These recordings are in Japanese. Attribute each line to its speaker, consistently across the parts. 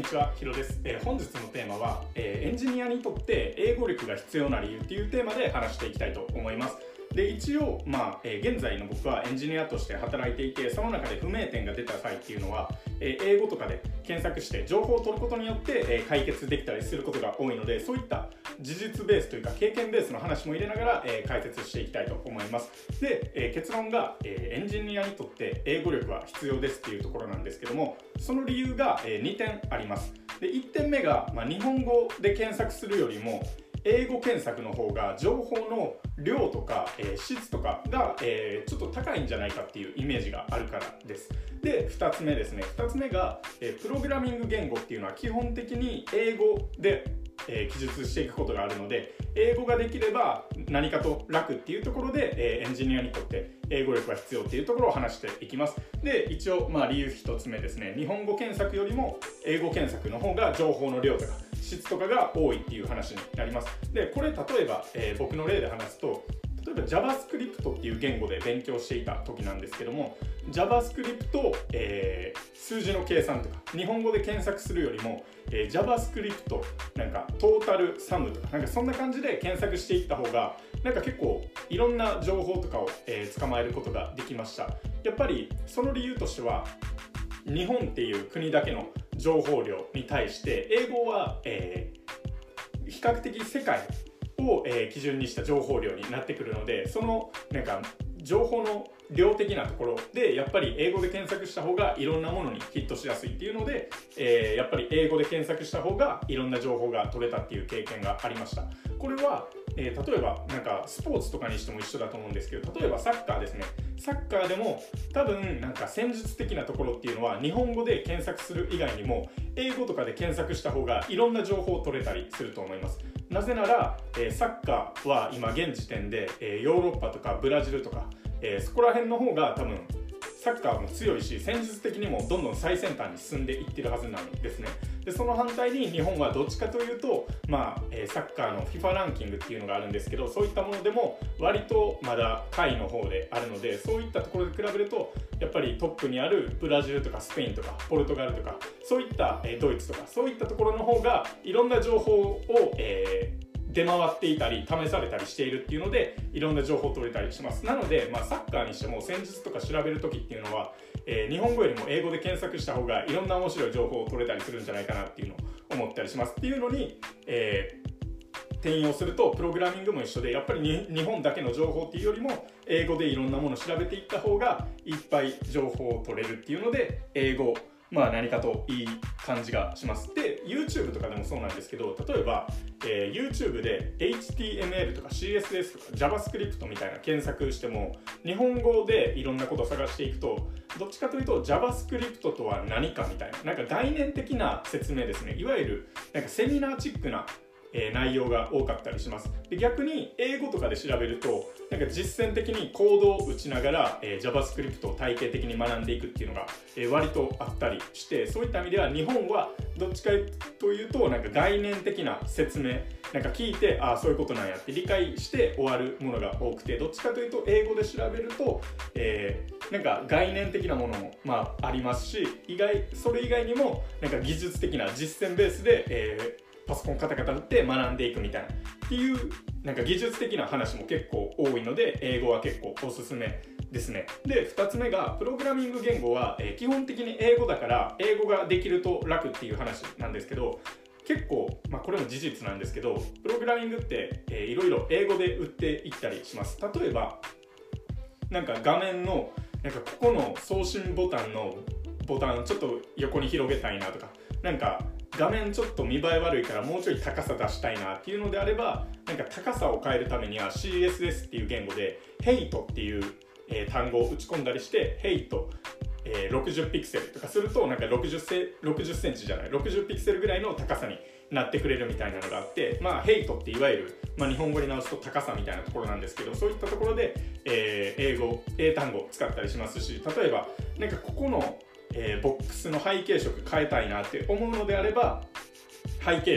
Speaker 1: にちは、ヒロです。本日のテーマは、エンジニアにとって英語力が必要な理由っていうテーマで話していきたいと思います。で、一応、現在の僕はエンジニアとして働いていて、その中で不明点が出た際っていうのは、英語とかで検索して情報を取ることによって、解決できたりすることが多いので、そういった事実ベースというか経験ベースの話も入れながら、解説していきたいと思います。で、結論が、エンジニアにとって英語力は必要ですっていうところなんですけども、その理由が、2点あります。で、1点目が、日本語で検索するよりも英語検索の方が情報の量とか、質とかが、ちょっと高いんじゃないかっていうイメージがあるからです。で、2つ目ですね。2つ目が、プログラミング言語っていうのは基本的に英語で記述していくことがあるので、英語ができれば何かと楽っていうところで、エンジニアにとって英語力が必要っていうところを話していきます。で、一応理由1つ目ですね。日本語検索よりも英語検索の方が情報の量とか質とかが多いっていう話になります。で、これ例えば、僕の例で話すと、例えば JavaScript っていう言語で勉強していた時なんですけども、 JavaScript、数字の計算とか日本語で検索するよりも、JavaScript なんかトータルサムとかなんかそんな感じで検索していった方がなんか結構いろんな情報とかを、捕まえることができました。やっぱりその理由としては、日本っていう国だけの情報量に対して英語は、比較的世界を、基準にした情報量になってくるので、そのなんか情報の量的なところでやっぱり英語で検索した方がいろんなものにヒットしやすいっていうので、やっぱり英語で検索した方がいろんな情報が取れたっていう経験がありました。これは、例えばなんかスポーツとかにしても一緒だと思うんですけど、例えばサッカーですね。サッカーでも多分なんか戦術的なところっていうのは日本語で検索する以外にも英語とかで検索した方がいろんな情報を取れたりすると思います。なぜなら、サッカーは今現時点で、ヨーロッパとかブラジルとか、そこら辺の方が多分サッカーも強いし、戦術的にもどんどん最先端に進んでいってるはずなんですね。で、その反対に日本はどっちかというと、サッカーの FIFA ランキングっていうのがあるんですけど、そういったものでも割とまだ下位の方であるので、そういったところで比べるとやっぱりトップにあるブラジルとかスペインとかポルトガルとか、そういったドイツとかそういったところの方がいろんな情報を出回っていたり試されたりしているっていうので、いろんな情報を取れたりします。なので、サッカーにしても戦術とか調べるときっていうのは、日本語よりも英語で検索した方がいろんな面白い情報を取れたりするんじゃないかなっていうのを思ったりしますっていうのに、転用するとプログラミングも一緒で、やっぱり日本だけの情報っていうよりも英語でいろんなものを調べていった方がいっぱい情報を取れるっていうので、英語何かといい感じがします。で、YouTube とかでもそうなんですけど、例えば、YouTube で HTML とか CSS とか JavaScript みたいな検索しても日本語でいろんなことを探していくと、どっちかというと JavaScript とは何かみたいな、なんか概念的な説明ですね。いわゆるなんかセミナーチックな内容が多かったりします。で、逆に英語とかで調べるとなんか実践的にコードを打ちながら、JavaScript を体系的に学んでいくっていうのが、割とあったりして、そういった意味では日本はどっちかというとなんか概念的な説明、なんか聞いてそういうことなんやって理解して終わるものが多くて、どっちかというと英語で調べると、なんか概念的なものもありますし、それ以外にもなんか技術的な実践ベースで、パソコンカタカタ打って学んでいくみたいなっていうなんか技術的な話も結構多いので、英語は結構おすすめですね。で、2つ目がプログラミング言語は、基本的に英語だから英語ができると楽っていう話なんですけど、結構、これも事実なんですけど、プログラミングって、いろいろ英語で打っていったりします。例えばなんか画面のなんかここの送信ボタンのボタンちょっと横に広げたいなとか、なんか画面ちょっと見栄え悪いからもうちょい高さ出したいなっていうのであれば、なんか高さを変えるためには CSS っていう言語で Height っていう、単語を打ち込んだりして Height、60ピクセルとかするとなんか60センチじゃない60ピクセルぐらいの高さになってくれるみたいなのがあって、Height っていわゆる、日本語に直すと高さみたいなところなんですけど、そういったところで、英単語を使ったりしますし、例えばなんかここのボックスの背景色変えたいなって思うのであれば、背景色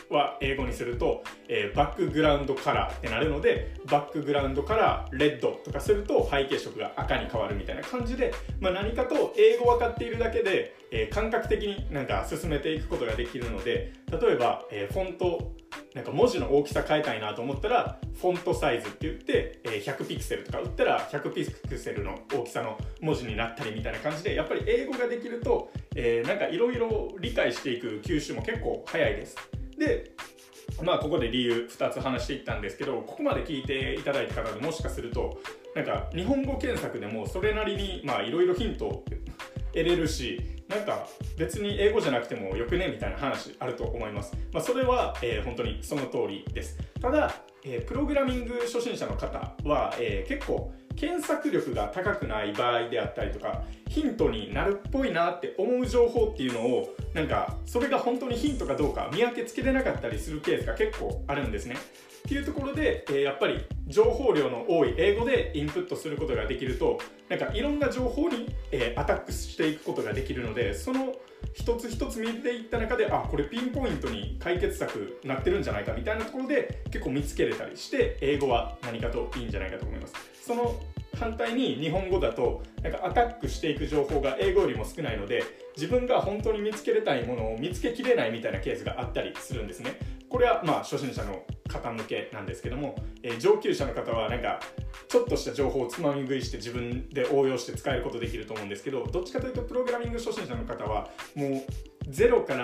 Speaker 1: は英語にすると、バックグラウンドカラーってなるので、バックグラウンドカラーレッドとかすると背景色が赤に変わるみたいな感じで、何かと英語分かっているだけで、感覚的になんか進めていくことができるので、例えば、フォントなんか文字の大きさ変えたいなと思ったらフォントサイズって言って100ピクセルとか打ったら100ピクセルの大きさの文字になったりみたいな感じで、やっぱり英語ができるとなんかいろいろ理解していく吸収も結構早いです。でここで理由2つ話していったんですけど、ここまで聞いていただいた方でもしかするとなんか日本語検索でもそれなりにいろいろヒントを得れるし、なんか別に英語じゃなくてもよくねみたいな話あると思います。それは、本当にその通りです。ただ、プログラミング初心者の方は、結構検索力が高くない場合であったりとか、ヒントになるっぽいなって思う情報っていうのをなんかそれが本当にヒントかどうか見分けつけれなかったりするケースが結構あるんですね。っていうところで、やっぱり情報量の多い英語でインプットすることができると、なんかいろんな情報に、アタックしていくことができるので、その一つ一つ見ていった中で、これピンポイントに解決策になってるんじゃないかみたいなところで結構見つけれたりして、英語は何かといいんじゃないかと思います。その反対に日本語だとなんかアタックしていく情報が英語よりも少ないので、自分が本当に見つけれたいものを見つけきれないみたいなケースがあったりするんですね。これは初心者の方向けなんですけども、上級者の方はなんかちょっとした情報をつまみ食いして自分で応用して使えることできると思うんですけど、どっちかというとプログラミング初心者の方はもう0から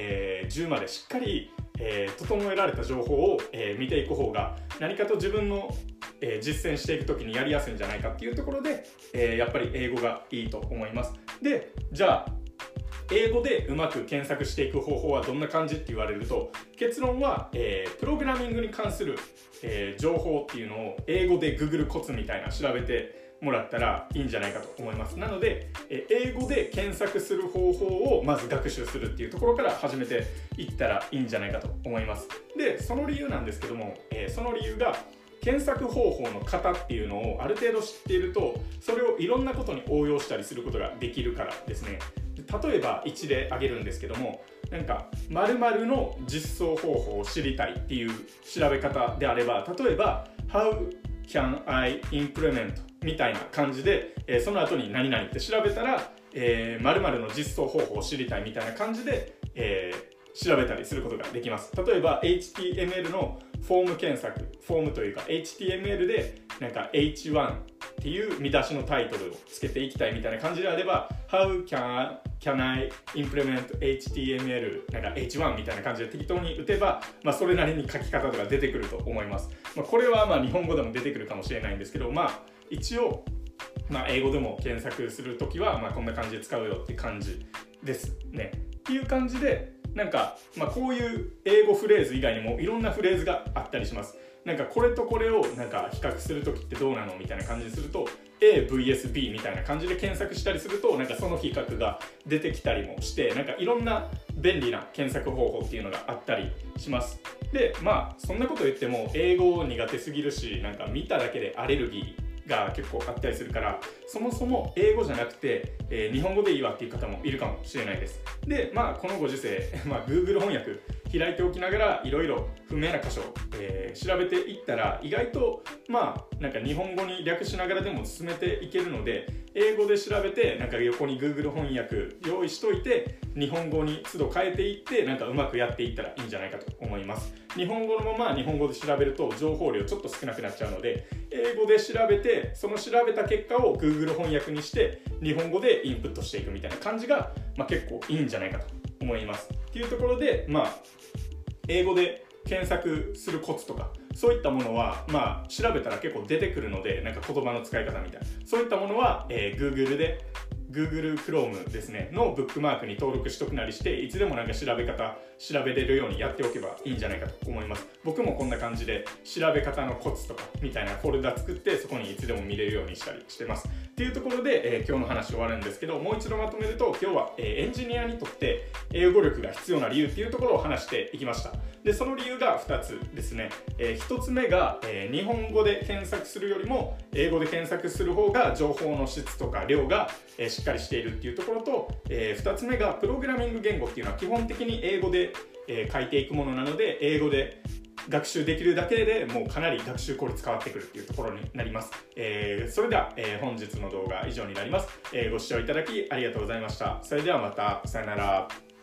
Speaker 1: 、10までしっかり、整えられた情報を、見ていく方が何かと自分の、実践していくときにやりやすいんじゃないかっていうところで、やっぱり英語がいいと思います。で、じゃあ英語でうまく検索していく方法はどんな感じって言われると、結論は、プログラミングに関する、情報っていうのを英語で Google コツみたいな調べてもらったらいいんじゃないかと思います。なので、英語で検索する方法をまず学習するっていうところから始めていったらいいんじゃないかと思います。で、その理由なんですけども、その理由が検索方法の型っていうのをある程度知っていると、それをいろんなことに応用したりすることができるからですね。例えば一例挙げるんですけども、なんか〇〇の実装方法を知りたいっていう調べ方であれば、例えば How can I implement みたいな感じで、その後に何々って調べたら、〇〇の実装方法を知りたいみたいな感じで、調べたりすることができます。例えば HTML のフォーム検索、フォームというか HTML でなんか H1 っていう見出しのタイトルをつけていきたいみたいな感じであれば How can I implement HTML なんか H1 みたいな感じで適当に打てば、それなりに書き方とか出てくると思います。これは日本語でも出てくるかもしれないんですけど、一応英語でも検索するときはこんな感じで使うよって感じですね。っていう感じでなんか、こういう英語フレーズ以外にもいろんなフレーズがあったりします。なんかこれとこれをなんか比較するときってどうなのみたいな感じにすると A vs B みたいな感じで検索したりするとなんかその比較が出てきたりもして、なんかいろんな便利な検索方法っていうのがあったりします。でそんなこと言っても英語苦手すぎるし、なんか見ただけでアレルギーが結構あったりするから、そもそも英語じゃなくて、日本語でいいわっていう方もいるかもしれないです。でこのご時世、Google 翻訳開いておきながらいろいろ不明な箇所を、調べていったら意外となんか日本語に略しながらでも進めていけるので、英語で調べてなんか横に Google 翻訳用意しといて日本語に都度変えていってなんかうまくやっていったらいいんじゃないかと思います。日本語のまま日本語で調べると情報量ちょっと少なくなっちゃうので、英語で調べてその調べた結果を Google 翻訳にして日本語でインプットしていくみたいな感じが、結構いいんじゃないかと思います。っていうところで英語で検索するコツとかそういったものは調べたら結構出てくるので、なんか言葉の使い方みたいなそういったものは、Google で Google Chrome ですねのブックマークに登録しとくなりして、いつでもなんか調べれるようにやっておけばいいんじゃないかと思います。僕もこんな感じで調べ方のコツとかみたいなフォルダ作ってそこにいつでも見れるようにしたりしてます。っていうところで、今日の話終わるんですけど、もう一度まとめると今日は、エンジニアにとって英語力が必要な理由っていうところを話していきました。でその理由が2つですね。1つ目が、日本語で検索するよりも英語で検索する方が情報の質とか量が、しっっかりしているっていうところと、2つ目がプログラミング言語っていうのは基本的に英語で、書いていくものなので、英語で学習できるだけでもうかなり学習効率変わってくるっていうところになります。それでは、本日の動画は以上になります。ご視聴いただきありがとうございました。それではまた、さよなら。